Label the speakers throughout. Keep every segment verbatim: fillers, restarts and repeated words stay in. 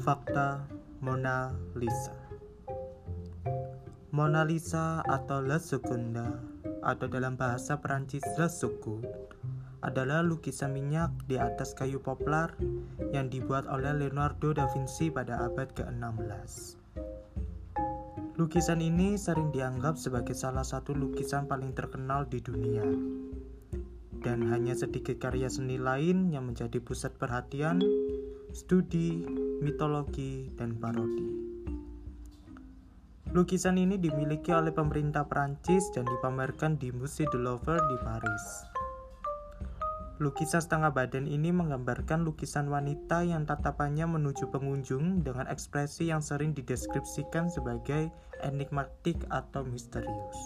Speaker 1: Fakta Mona Lisa. Mona Lisa atau La Gioconda atau dalam bahasa Perancis La Gioconde adalah lukisan minyak di atas kayu poplar yang dibuat oleh Leonardo da Vinci pada abad ke-enam belas. Lukisan ini sering dianggap sebagai salah satu lukisan paling terkenal di dunia, dan hanya sedikit karya seni lain yang menjadi pusat perhatian, studi, mitologi, dan parodi. Lukisan ini dimiliki oleh pemerintah Prancis dan dipamerkan di Musée du Louvre di Paris. Lukisan setengah badan ini menggambarkan lukisan wanita yang tatapannya menuju pengunjung dengan ekspresi yang sering dideskripsikan sebagai enigmatik atau misterius.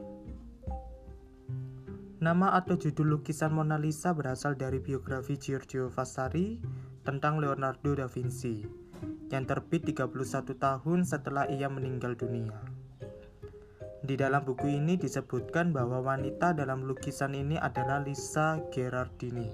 Speaker 1: Nama atau judul lukisan Mona Lisa berasal dari biografi Giorgio Vasari tentang Leonardo da Vinci yang terbit tiga puluh satu tahun setelah ia meninggal dunia. Di dalam buku ini disebutkan bahwa wanita dalam lukisan ini adalah Lisa Gherardini.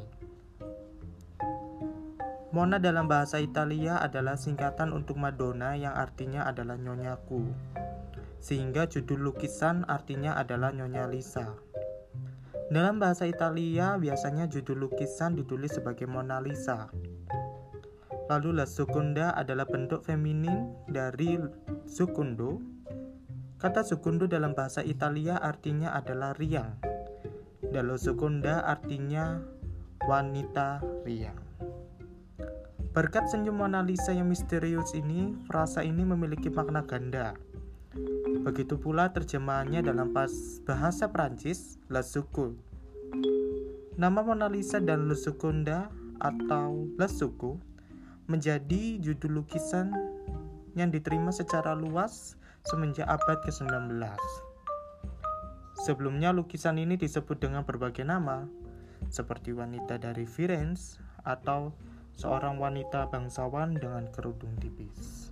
Speaker 1: Mona dalam bahasa Italia adalah singkatan untuk Madonna yang artinya adalah nyonyaku, sehingga judul lukisan artinya adalah Nyonya Lisa. Dalam bahasa Italia, biasanya judul lukisan ditulis sebagai Mona Lisa. Lalu La Gioconda adalah bentuk feminin dari Giocondo. Kata Giocondo dalam bahasa Italia artinya adalah riang, dan La Gioconda artinya wanita riang. Berkat senyum Mona Lisa yang misterius ini, frasa ini memiliki makna ganda. Begitu pula terjemahannya dalam bahasa Prancis, La Gioconde. Nama Mona Lisa dan La Gioconda atau La Gioconde menjadi judul lukisan yang diterima secara luas semenjak abad ke-sembilan belas. Sebelumnya lukisan ini disebut dengan berbagai nama, seperti wanita dari Firenze atau seorang wanita bangsawan dengan kerudung tipis.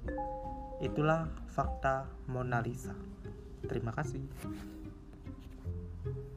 Speaker 1: Itulah fakta Mona Lisa. Terima kasih.